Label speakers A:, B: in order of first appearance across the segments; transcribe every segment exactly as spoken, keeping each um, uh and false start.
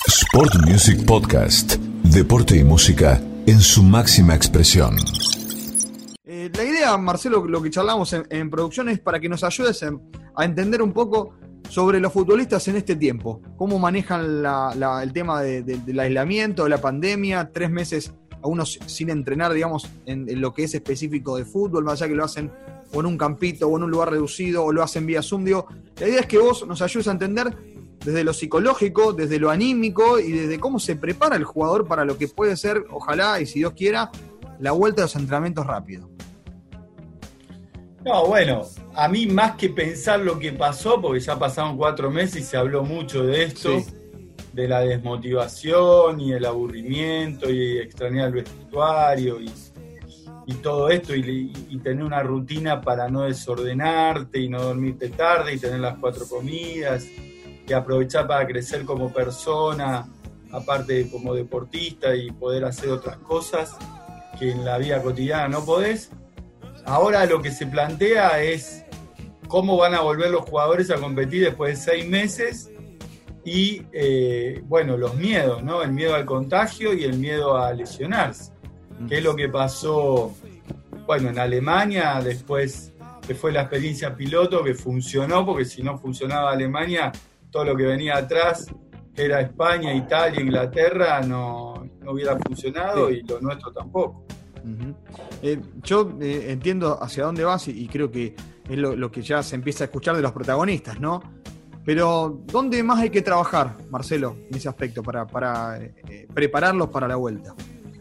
A: Sport Music Podcast. Deporte y música en su máxima expresión.
B: Eh, la idea, Marcelo, lo que charlamos en, en producción es para que nos ayudes en, a entender un poco sobre los futbolistas en este tiempo. Cómo manejan la, la, el tema de, de, del aislamiento, de la pandemia, tres meses a unos sin entrenar, digamos, en, en lo que es específico de fútbol, más allá que lo hacen o en un campito o en un lugar reducido o lo hacen vía Zoom. Digo, la idea es que vos nos ayudes a entender desde lo psicológico, desde lo anímico y desde cómo se prepara el jugador para lo que puede ser, ojalá y si Dios quiera, la vuelta a los entrenamientos rápidos.
C: No, bueno, a mí más que pensar lo que pasó, porque ya pasaron cuatro meses y se habló mucho de esto, sí, de la desmotivación y el aburrimiento y extrañar el vestuario y, y todo esto y, y tener una rutina para no desordenarte y no dormirte tarde y tener las cuatro comidas y aprovechar para crecer como persona, aparte de como deportista y poder hacer otras cosas que en la vida cotidiana no podés. Ahora lo que se plantea es cómo van a volver los jugadores a competir después de seis meses y, eh, bueno, los miedos, ¿no? El miedo al contagio y el miedo a lesionarse. ¿Qué es lo que pasó, bueno, en Alemania, después que fue la experiencia piloto, que funcionó, porque si no funcionaba Alemania, todo lo que venía atrás, que era España, Italia, Inglaterra, no, no hubiera funcionado, sí, y lo nuestro tampoco.
B: Uh-huh. Eh, yo eh, entiendo hacia dónde vas y, y creo que es lo, lo que ya se empieza a escuchar de los protagonistas, ¿no? Pero ¿dónde más hay que trabajar, Marcelo, en ese aspecto para, para eh, prepararlos para la vuelta?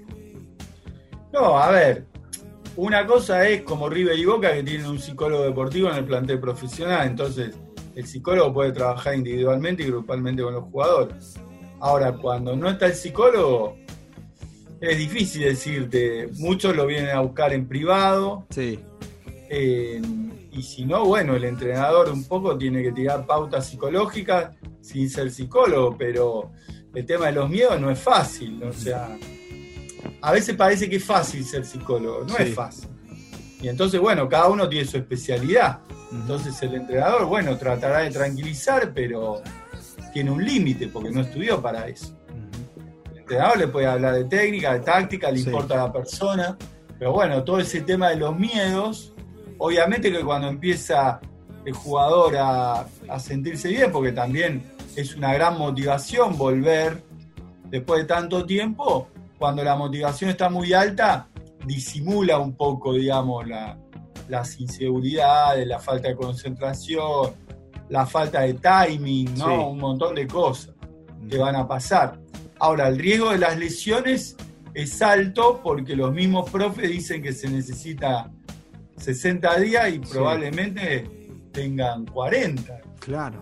C: No, a ver, una cosa es como River y Boca, que tienen un psicólogo deportivo en el plantel profesional, entonces el psicólogo puede trabajar individualmente y grupalmente con los jugadores. Ahora, cuando no está el psicólogo, es difícil decirte, muchos lo vienen a buscar en privado,
B: sí.
C: eh, y si no, bueno, el entrenador un poco tiene que tirar pautas psicológicas sin ser psicólogo, pero el tema de los miedos no es fácil, o sea, a veces parece que es fácil ser psicólogo, no sí. es fácil. Y entonces, bueno, cada uno tiene su especialidad. Entonces el entrenador, bueno, tratará de tranquilizar, pero tiene un límite porque no estudió para eso. El entrenador le puede hablar de técnica, de táctica, le sí. importa a la persona, pero bueno, todo ese tema de los miedos, obviamente que cuando empieza el jugador a, a sentirse bien, porque también es una gran motivación volver después de tanto tiempo, cuando la motivación está muy alta, disimula un poco, digamos, la... las inseguridades, la falta de concentración, la falta de timing, ¿no? Sí. Un montón de cosas que van a pasar. Ahora, el riesgo de las lesiones es alto porque los mismos profes dicen que se necesita sesenta días y probablemente sí. tengan cuarenta.
B: Claro.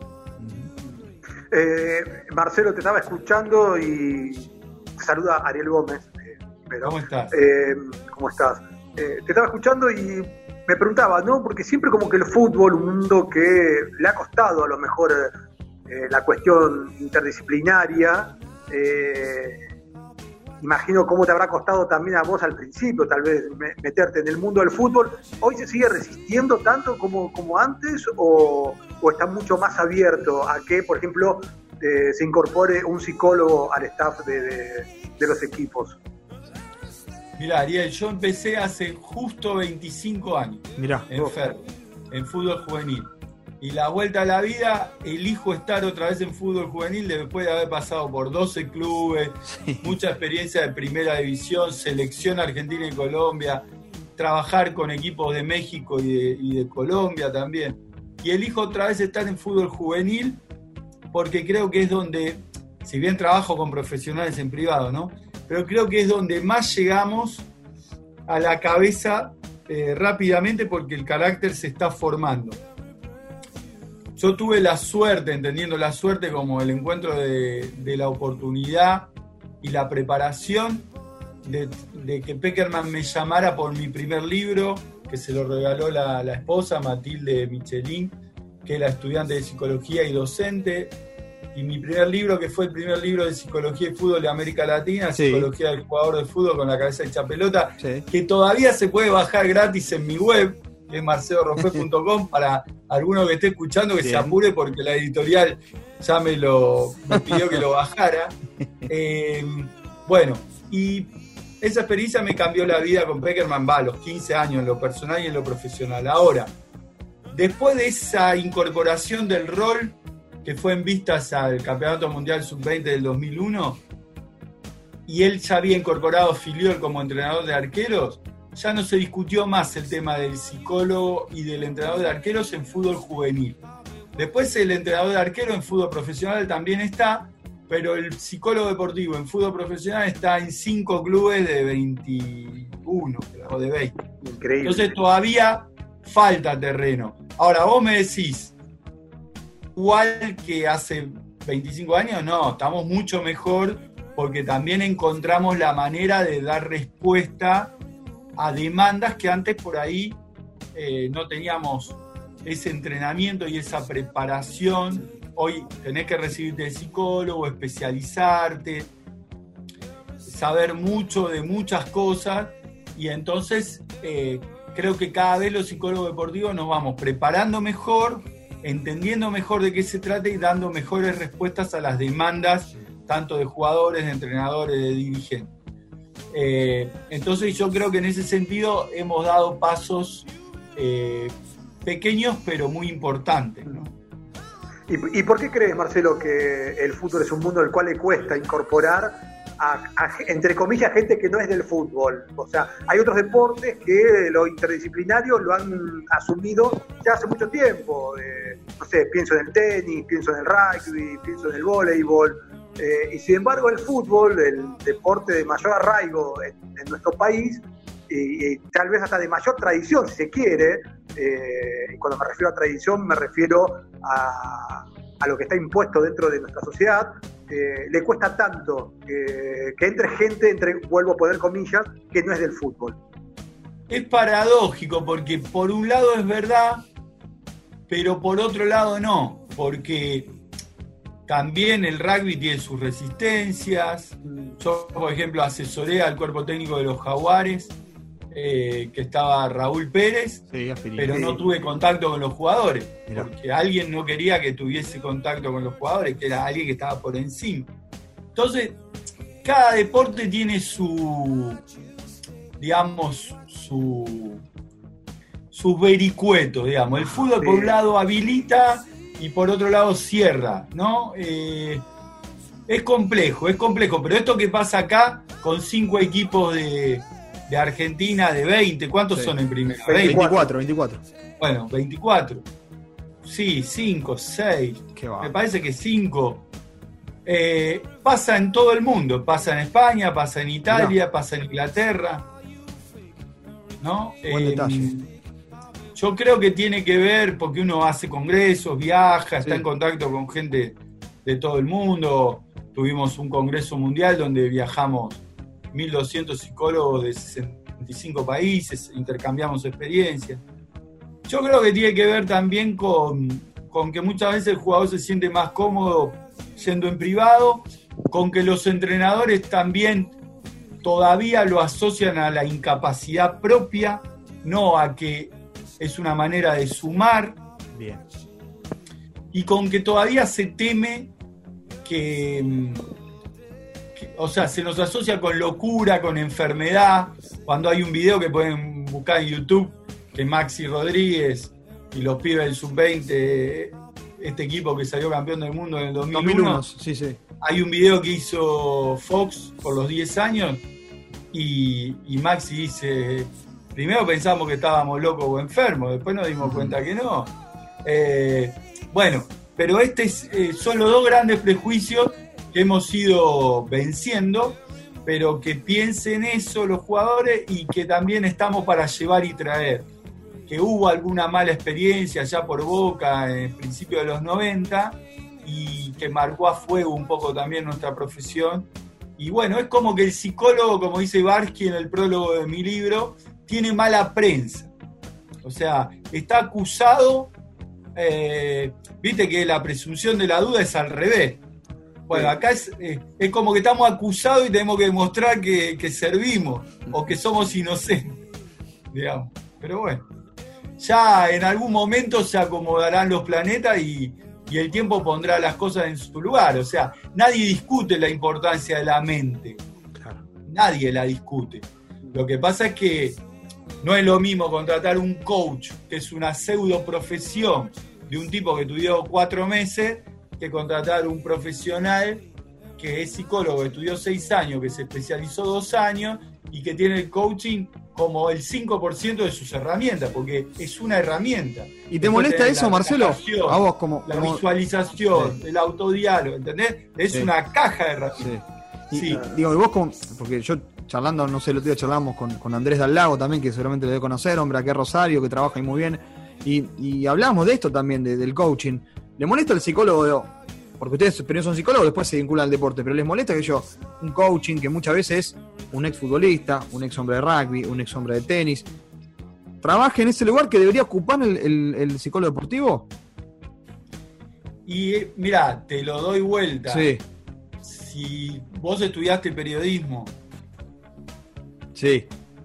D: Eh, Marcelo, te estaba escuchando y te saluda Ariel Gómez. Eh, pero,
C: ¿Cómo estás?
D: Eh, ¿Cómo estás? Eh, te estaba escuchando y me preguntaba, ¿no? Porque siempre como que el fútbol, un mundo que le ha costado a lo mejor eh, la cuestión interdisciplinaria, eh, imagino cómo te habrá costado también a vos al principio, tal vez me, meterte en el mundo del fútbol. ¿Hoy se sigue resistiendo tanto como, como antes o, o está mucho más abierto a que, por ejemplo, eh, se incorpore un psicólogo al staff de, de, de los equipos?
C: Mirá, Ariel, yo empecé hace justo veinticinco años.
B: Mirá,
C: enfermo, oh. en fútbol juvenil. Y la vuelta a la vida, elijo estar otra vez en fútbol juvenil después de haber pasado por doce clubes, sí. mucha experiencia de primera división, selección argentina y Colombia, trabajar con equipos de México y de, y de Colombia también. Y elijo otra vez estar en fútbol juvenil porque creo que es donde, si bien trabajo con profesionales en privado, ¿no? Pero creo que es donde más llegamos a la cabeza eh, rápidamente porque el carácter se está formando. Yo tuve la suerte, entendiendo la suerte como el encuentro de, de la oportunidad y la preparación de, de que Peckerman me llamara por mi primer libro, que se lo regaló la, la esposa, Matilde Michelin, que es la estudiante de psicología y docente, y mi primer libro, que fue el primer libro de psicología y fútbol de América Latina, sí. Psicología del jugador de fútbol con la cabeza hecha pelota, sí. que todavía se puede bajar gratis en mi web, que es marcelo rofe punto com, para alguno que esté escuchando que Bien. se apure porque la editorial ya me lo me pidió que lo bajara. Eh, bueno, y esa experiencia me cambió la vida con Peckerman, va, a los quince años, en lo personal y en lo profesional. Ahora, después de esa incorporación del rol, que fue en vistas al Campeonato Mundial sub veinte del dos mil uno, y él ya había incorporado a Filiol como entrenador de arqueros, ya no se discutió más el tema del psicólogo y del entrenador de arqueros en fútbol juvenil. Después el entrenador de arquero en fútbol profesional también está, pero el psicólogo deportivo en fútbol profesional está en cinco clubes de veintiuno o de veinte.
D: Increíble.
C: Entonces todavía falta terreno. Ahora, vos me decís, igual que hace veinticinco años, no, estamos mucho mejor porque también encontramos la manera de dar respuesta a demandas que antes por ahí eh, no teníamos ese entrenamiento y esa preparación. Hoy tenés que recibirte de psicólogo, especializarte, saber mucho de muchas cosas, y entonces eh, creo que cada vez los psicólogos deportivos nos vamos preparando mejor, entendiendo mejor de qué se trata y dando mejores respuestas a las demandas tanto de jugadores, de entrenadores, de dirigentes. Eh, entonces yo creo que en ese sentido hemos dado pasos eh, pequeños pero muy importantes, ¿no?
D: ¿Y, ¿Y por qué crees, Marcelo, que el fútbol es un mundo al cual le cuesta incorporar a, a, entre comillas, gente que no es del fútbol? O sea, hay otros deportes que lo interdisciplinario lo han asumido ya hace mucho tiempo. Eh, no sé, pienso en el tenis, pienso en el rugby, pienso en el voleibol. Eh, y sin embargo el fútbol, el deporte de mayor arraigo en, en nuestro país, y, y tal vez hasta de mayor tradición, si se quiere, eh, y cuando me refiero a tradición me refiero a, a lo que está impuesto dentro de nuestra sociedad, eh, le cuesta tanto que, que entre gente, entre, vuelvo a poner comillas, que no es del fútbol.
C: Es paradójico porque por un lado es verdad, pero por otro lado no, porque también el rugby tiene sus resistencias. Yo, por ejemplo, asesoré al cuerpo técnico de los Jaguares, eh, que estaba Raúl Pérez, sí, pero no tuve contacto con los jugadores, Mirá. porque alguien no quería que tuviese contacto con los jugadores, que era alguien que estaba por encima. Entonces, cada deporte tiene su, digamos, su, sus vericuetos, digamos. El fútbol, sí. por un lado, habilita y por otro lado cierra, ¿no? Eh, es complejo, es complejo, pero esto que pasa acá con cinco equipos de, de Argentina de veinte, ¿cuántos sí. son en primera?
B: veinticuatro, veinticuatro.
C: Bueno, veinticuatro. Sí, cinco, seis. Me parece que cinco. Eh, pasa en todo el mundo, pasa en España, pasa en Italia, no. pasa en Inglaterra, ¿no?
B: Buen eh, detalle.
C: Yo creo que tiene que ver porque uno hace congresos, viaja, está sí. en contacto con gente de todo el mundo. Tuvimos un congreso mundial donde viajamos mil doscientos psicólogos de sesenta y cinco países, intercambiamos experiencias. Yo creo que tiene que ver también con, con que muchas veces el jugador se siente más cómodo yendo en privado, con que los entrenadores también todavía lo asocian a la incapacidad propia, no a que es una manera de sumar.
B: Bien.
C: Y con que todavía se teme que, que, o sea, se nos asocia con locura, con enfermedad. Cuando hay un video que pueden buscar en YouTube, que Maxi Rodríguez y los pibes del sub veinte, este equipo que salió campeón del mundo en el dos mil uno, dos mil uno
B: sí, sí.
C: Hay un video que hizo Fox por los diez años y, y Maxi dice... Primero pensamos que estábamos locos o enfermos, después nos dimos cuenta que no. Eh, bueno, pero este es, eh, son los dos grandes prejuicios que hemos ido venciendo, pero que piensen eso los jugadores y que también estamos para llevar y traer. Que hubo alguna mala experiencia ya por Boca en principio de los noventa y que marcó a fuego un poco también nuestra profesión. Y bueno, es como que el psicólogo, como dice Barsky en el prólogo de mi libro, tiene mala prensa. O sea, está acusado, eh, viste que la presunción de la duda es al revés. Bueno, acá es, eh, es como que estamos acusados y tenemos que demostrar que, que servimos o que somos inocentes, digamos. Pero bueno, ya en algún momento se acomodarán los planetas y, y el tiempo pondrá las cosas en su lugar. O sea, nadie discute la importancia de la mente.
B: Claro.
C: Nadie la discute. Lo que pasa es que no es lo mismo contratar un coach, que es una pseudo profesión de un tipo que estudió cuatro meses, que contratar un profesional que es psicólogo, que estudió seis años, que se especializó dos años y que tiene el coaching como el cinco por ciento de sus herramientas, porque es una herramienta.
B: ¿Y te Después molesta eso,
C: la
B: Marcelo? A vos como...
C: La
B: como...
C: visualización,
B: sí.
C: el autodiálogo, ¿entendés? Es sí. una caja de herramientas.
B: Sí. Y, sí. Digo, y vos como... Porque yo charlando, no sé, el otro día charlamos con, con Andrés Dal Lago también, que seguramente lo debe conocer, hombre, aquí es Rosario, que trabaja ahí muy bien. Y, y hablamos de esto también, de, del coaching. ¿Le molesta al psicólogo? Porque ustedes primero son psicólogos, después se vinculan al deporte, pero les molesta que yo, un coaching que muchas veces es un ex futbolista, un ex hombre de rugby, un ex hombre de tenis, trabaje en ese lugar que debería ocupar el, el, el psicólogo deportivo?
C: Y mirá, te lo doy vuelta.
B: Sí.
C: Si vos estudiaste periodismo,
B: sí,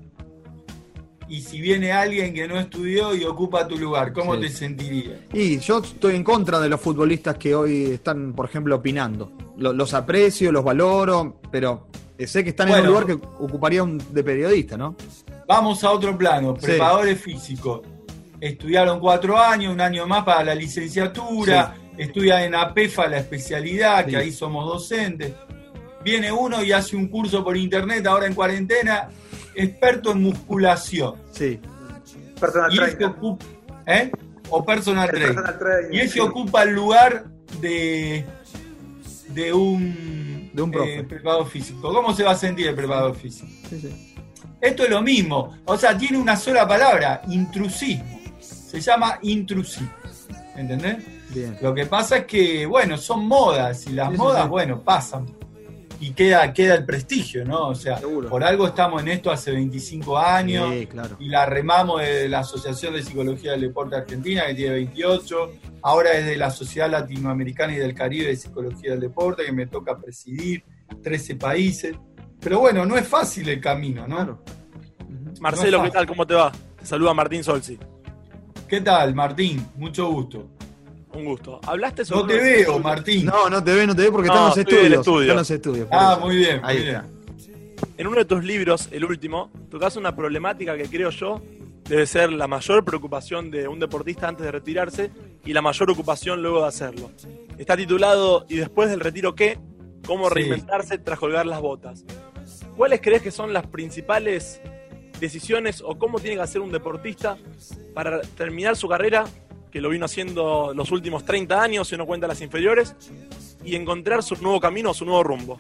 C: y si viene alguien que no estudió y ocupa tu lugar, ¿cómo
B: sí.
C: te sentirías?
B: Y yo estoy en contra de los futbolistas que hoy están, por ejemplo, opinando. Los, los aprecio, los valoro, pero sé que están bueno, en un lugar que ocuparía un de periodista, ¿no?
C: Vamos a otro plano, preparadores sí. físicos. Estudiaron cuatro años, un año más para la licenciatura, sí. estudian en APEFA la especialidad, sí. que ahí somos docentes. Viene uno y hace un curso por internet, ahora en cuarentena, experto en musculación.
B: Sí.
D: Personal
C: y
D: trainer.
C: Ocupa, ¿eh? O personal trainer.
D: personal trainer.
C: Y ese sí. ocupa el lugar de, de un,
B: de un profe.
C: Eh, preparador físico. ¿Cómo se va a sentir el preparador físico?
B: Sí, sí.
C: Esto es lo mismo. O sea, tiene una sola palabra, intrusismo. Se llama intrusismo. ¿Entendés?
B: Bien.
C: Lo que pasa es que, bueno, son modas y las
B: sí,
C: modas,
B: sí, sí.
C: bueno, pasan. Y queda, queda el prestigio, ¿no? O sea,
B: seguro.
C: Por algo estamos en esto hace veinticinco años.
B: Sí, claro.
C: Y la remamos de la Asociación de Psicología del Deporte Argentina, que tiene veintiocho. Ahora es de la Sociedad Latinoamericana y del Caribe de Psicología del Deporte, que me toca presidir, trece países. Pero bueno, no es fácil el camino, ¿no?
B: Claro.
E: Marcelo,
C: no
E: ¿qué tal? ¿Cómo te va? Te saluda Martín Solsi.
C: ¿Qué tal, Martín? Mucho gusto.
E: Un gusto. Hablaste sobre...
C: No te veo, Martín.
B: No, no te veo, no te veo porque
E: no,
B: están los
E: estudio.
B: estudios.
E: Estudio.
B: Están los estudios.
C: Ah,
B: eso.
C: muy bien,
B: Ahí
C: muy
B: está.
C: bien.
E: En uno de tus libros, el último, tocas una problemática que creo yo debe ser la mayor preocupación de un deportista antes de retirarse y la mayor ocupación luego de hacerlo. Está titulado ¿Y después del retiro qué? Cómo
C: Sí.
E: reinventarse tras colgar las botas. ¿Cuáles crees que son las principales decisiones o cómo tiene que hacer un deportista para terminar su carrera, que lo vino haciendo los últimos treinta años, si uno cuenta las inferiores, y encontrar su nuevo camino o su nuevo rumbo?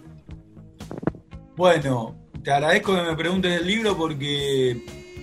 C: Bueno, te agradezco que me preguntes el libro porque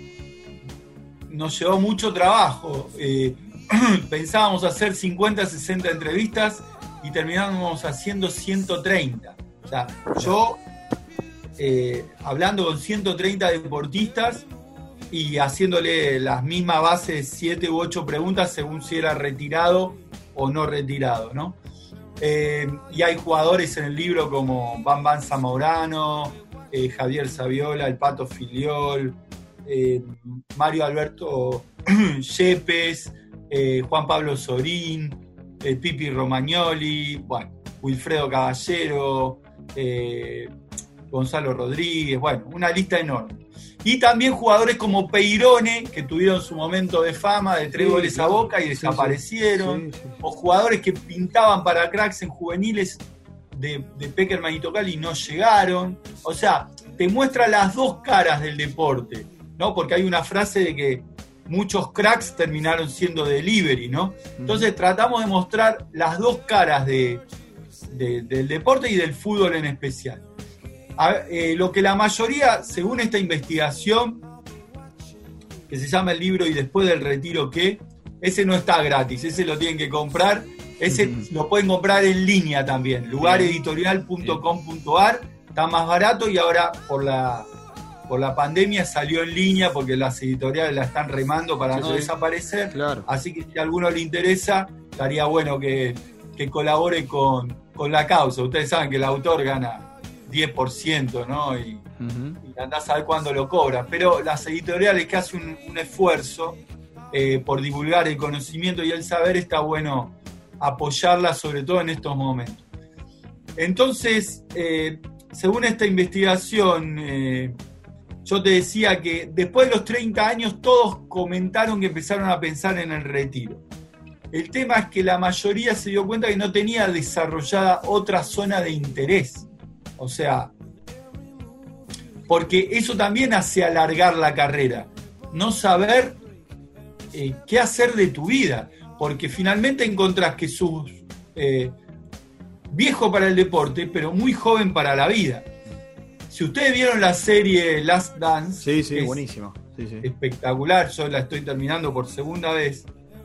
C: nos llevó mucho trabajo. Eh, pensábamos hacer cincuenta, sesenta entrevistas y terminamos haciendo ciento treinta. O sea, yo eh, hablando con ciento treinta deportistas y haciéndole las mismas bases, siete u ocho preguntas según si era retirado o no retirado, ¿no? Eh, y hay jugadores en el libro como Bam Bam Zamorano, eh, Javier Saviola, el Pato Filiol, eh, Mario Alberto Yepes, eh, Juan Pablo Sorín, eh, Pipi Romagnoli, bueno, Wilfredo Caballero, eh, Gonzalo Rodríguez, bueno, una lista enorme. Y también jugadores como Peirone, que tuvieron su momento de fama, de tres
B: Sí,
C: goles
B: claro.
C: a Boca y
B: Sí,
C: desaparecieron.
B: sí, sí.
C: O jugadores que pintaban para cracks en juveniles de, de Peckerman y Tocal y no llegaron. O sea, te muestra las dos caras del deporte, ¿no? Porque hay una frase de que muchos cracks terminaron siendo delivery, ¿no? Entonces tratamos de mostrar las dos caras de, de, del deporte y del fútbol en especial. A ver, eh, lo que la mayoría, según esta investigación, que se llama el libro ¿Y después del retiro qué? Ese no está gratis, ese lo tienen que comprar, ese uh-huh. lo pueden comprar en línea también, lugar editorial punto com punto a r, está más barato y ahora por la, por la pandemia salió en línea porque las editoriales la están remando para
B: sí,
C: no
B: sí.
C: desaparecer,
B: Claro.
C: Así que si a alguno le interesa, estaría bueno que, que colabore con, con la causa. Ustedes saben que el autor gana diez por ciento, ¿no? Y, uh-huh. y andás a ver cuándo lo cobra. Pero las editoriales que hacen un, un esfuerzo eh, por divulgar el conocimiento y el saber, está bueno apoyarla, sobre todo en estos momentos. Entonces, eh, según esta investigación, eh, yo te decía que después de los treinta años todos comentaron que empezaron a pensar en el retiro. El tema es que la mayoría se dio cuenta que no tenía desarrollada otra zona de interés. O sea, porque eso también hace alargar la carrera. No saber eh, qué hacer de tu vida. Porque finalmente encontrás que sos eh, viejo para el deporte, pero muy joven para la vida. Si ustedes vieron la serie Last Dance,
B: sí, sí,
C: es
B: buenísima. Sí, sí.
C: Espectacular, yo la estoy terminando por segunda vez.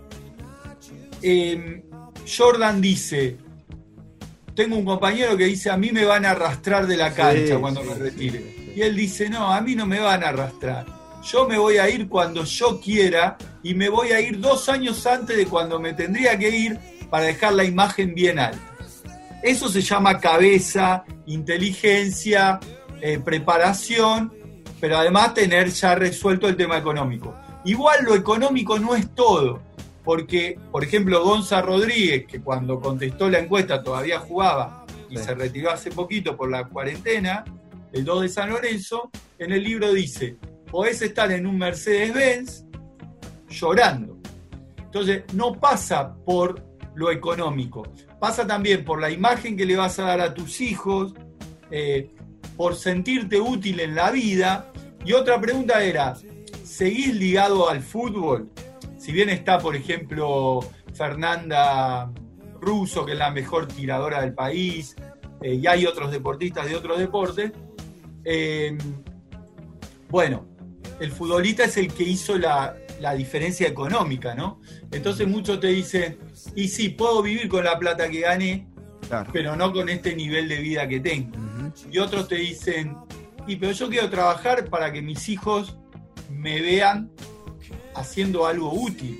C: Eh, Jordan dice, tengo un compañero que dice, a mí me van a arrastrar de la cancha sí, cuando sí, me retire. Sí, sí. Y él dice, no, a mí no me van a arrastrar. Yo me voy a ir cuando yo quiera y me voy a ir dos años antes de cuando me tendría que ir para dejar la imagen bien alta. Eso se llama cabeza, inteligencia, eh, preparación, pero además tener ya resuelto el tema económico. Igual lo económico no es todo, porque, por ejemplo, Gonza Rodríguez, que cuando contestó la encuesta todavía jugaba y sí. se retiró hace poquito por la cuarentena, el dos de San Lorenzo, en el libro dice, podés estar en un Mercedes-Benz llorando. Entonces, no pasa por lo económico, pasa también por la imagen que le vas a dar a tus hijos, eh, por sentirte útil en la vida. Y otra pregunta era, ¿seguís ligado al fútbol? Si bien está, por ejemplo, Fernanda Russo, que es la mejor tiradora del país, eh, y hay otros deportistas de otros deportes, eh, bueno, el futbolista es el que hizo la, la diferencia económica, ¿no? Entonces muchos te dicen, y sí, puedo vivir con la plata que gané, claro, pero no con este nivel de vida que tengo. Uh-huh. Y otros te dicen, y pero yo quiero trabajar para que mis hijos me vean haciendo algo útil.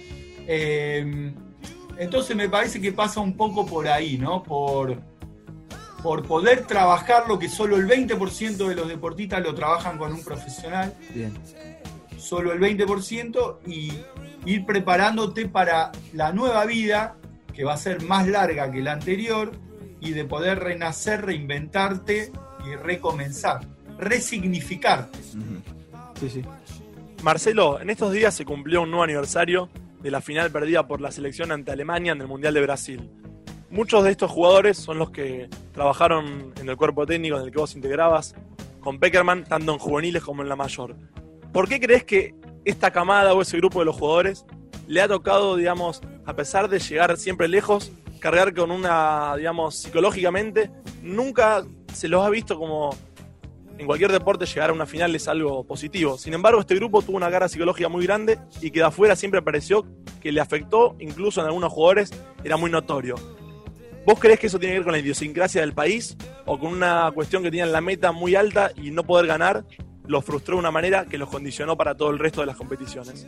C: Eh, entonces me parece que pasa un poco por ahí, ¿no? Por, por poder trabajar lo que solo el veinte por ciento de los deportistas lo trabajan con un profesional. Bien. Solo el veinte por ciento, y ir preparándote para la nueva vida, que va a ser más larga que la anterior, y de poder renacer, reinventarte y recomenzar, resignificarte.
B: Uh-huh. Sí, sí.
E: Marcelo, en estos días se cumplió un nuevo aniversario de la final perdida por la selección ante Alemania en el Mundial de Brasil. Muchos de estos jugadores son los que trabajaron en el cuerpo técnico en el que vos integrabas con Pekerman, tanto en juveniles como en la mayor. ¿Por qué crees que esta camada o ese grupo de los jugadores le ha tocado, digamos, a pesar de llegar siempre lejos, cargar con una, digamos, psicológicamente, nunca se los ha visto como en cualquier deporte llegar a una final es algo positivo? Sin embargo, este grupo tuvo una carga psicológica muy grande y que de afuera siempre pareció que le afectó, incluso en algunos jugadores era muy notorio. ¿Vos creés que eso tiene que ver con la idiosincrasia del país o con una cuestión que tenían la meta muy alta y no poder ganar los frustró de una manera que los condicionó para todo el resto de las competiciones?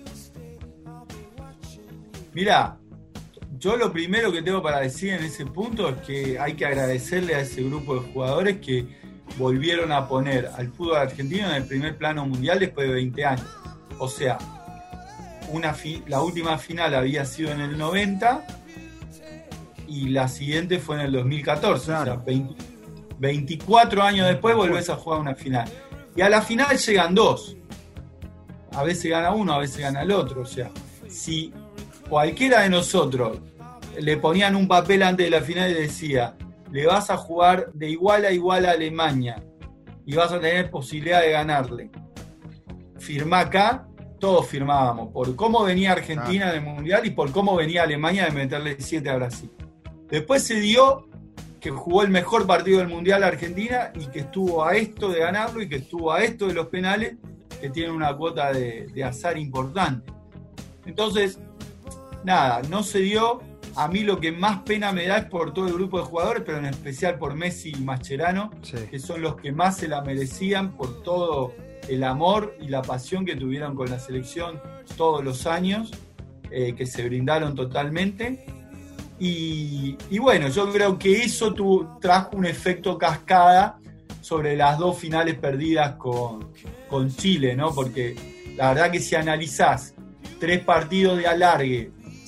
C: Mirá, yo lo primero que tengo para decir en ese punto es que hay que agradecerle a ese grupo de jugadores que volvieron a poner al fútbol argentino en el primer plano mundial después de veinte años. O sea, una fi- la última final había sido en el noventa y la siguiente fue en el dos mil catorce. Claro. O sea, veinte, veinticuatro años después volvés a jugar una final. Y a la final llegan dos. A veces gana uno, a veces gana el otro. O sea, si cualquiera de nosotros le ponían un papel antes de la final y decía, le vas a jugar de igual a igual a Alemania y vas a tener posibilidad de ganarle, firmá acá, todos firmábamos, por cómo venía Argentina ah. del Mundial y por cómo venía Alemania de meterle siete a Brasil. Después se dio que jugó el mejor partido del Mundial Argentina y que estuvo a esto de ganarlo y que estuvo a esto de los penales, que tienen una cuota de, de azar importante. Entonces, nada, no se dio. A mí lo que más pena me da es por todo el grupo de jugadores, pero en especial por Messi y Mascherano, sí, que son los que más se la merecían por todo el amor y la pasión que tuvieron con la selección todos los años, eh, que se brindaron totalmente. Y, y bueno, yo creo que eso tu, trajo un efecto cascada sobre las dos finales perdidas con, con Chile, ¿no? Porque la verdad que si analizás tres partidos de alargue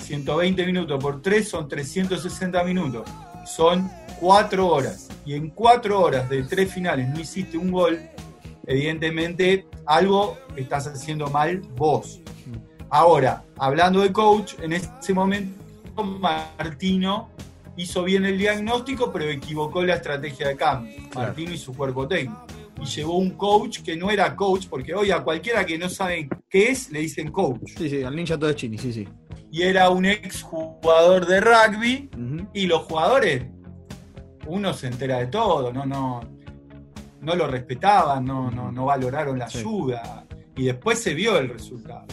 C: ciento veinte minutos por tres son trescientos sesenta minutos. Son cuatro horas. Y en cuatro horas de tres finales no hiciste un gol, evidentemente algo estás haciendo mal vos. Ahora, hablando de coach, en ese momento Martino hizo bien el diagnóstico, pero equivocó la estrategia de cambio.
B: Claro.
C: Martino y su cuerpo técnico. Y llevó un coach que no era coach, porque hoy a cualquiera que no saben qué es, le dicen coach.
B: Sí, sí, al ninja todo es chini, sí, sí.
C: Y era un ex jugador de rugby,
B: Uh-huh.
C: y los jugadores, uno se entera de todo, no, no, no lo respetaban, no, no, no valoraron la
B: Sí.
C: ayuda, y después se vio el resultado.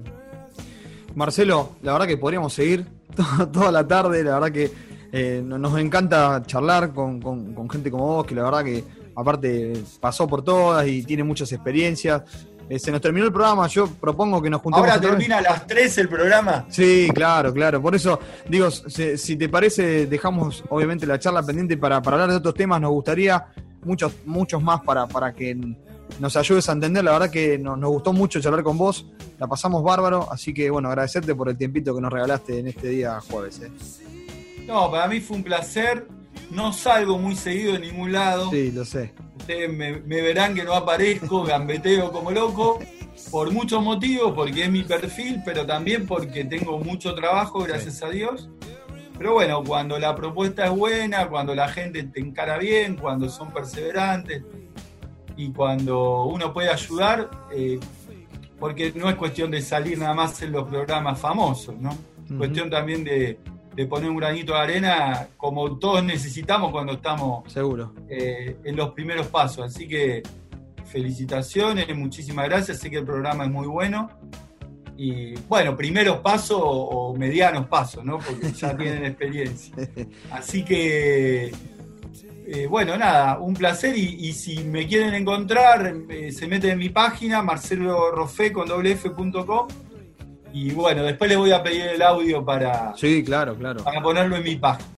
B: Marcelo, la verdad que podríamos seguir to- toda la tarde, la verdad que eh, no- nos encanta charlar con, con- con gente como vos, que la verdad que aparte pasó por todas y tiene muchas experiencias. Eh, se nos terminó el programa, yo propongo que nos juntemos
C: Ahora
B: otra vez.
C: termina a las tres el programa.
B: Sí, claro, claro. Por eso, digo, si, si te parece, dejamos obviamente la charla pendiente para, para hablar de otros temas. Nos gustaría muchos, muchos más para, para que nos ayudes a entender. La verdad que nos, nos gustó mucho charlar con vos. La pasamos bárbaro. Así que, bueno, agradecerte por el tiempito que nos regalaste en este día jueves. ¿eh?
C: No, para mí fue un placer. No salgo muy seguido de ningún lado.
B: Sí, lo sé.
C: Ustedes me, me verán que no aparezco, gambeteo como loco, por muchos motivos, porque es mi perfil, pero también porque tengo mucho trabajo, gracias sí. a Dios. Pero bueno, cuando la propuesta es buena, cuando la gente te encara bien, cuando son perseverantes y cuando uno puede ayudar, eh, porque no es cuestión de salir nada más en los programas famosos, ¿no? Es uh-huh. cuestión también de... de poner un granito de arena como todos necesitamos cuando estamos
B: seguro
C: eh, en los primeros pasos. Así que felicitaciones, muchísimas gracias, sé que el programa es muy bueno. Y bueno, primeros pasos o medianos pasos, ¿no? Porque ya tienen experiencia. Así que, eh, bueno, nada, un placer. Y, y si me quieren encontrar, eh, se meten en mi página, marcelo rofe con doble f punto com. Y bueno, después les voy a pedir el audio para,
B: sí, claro, claro.
C: para ponerlo en mi página.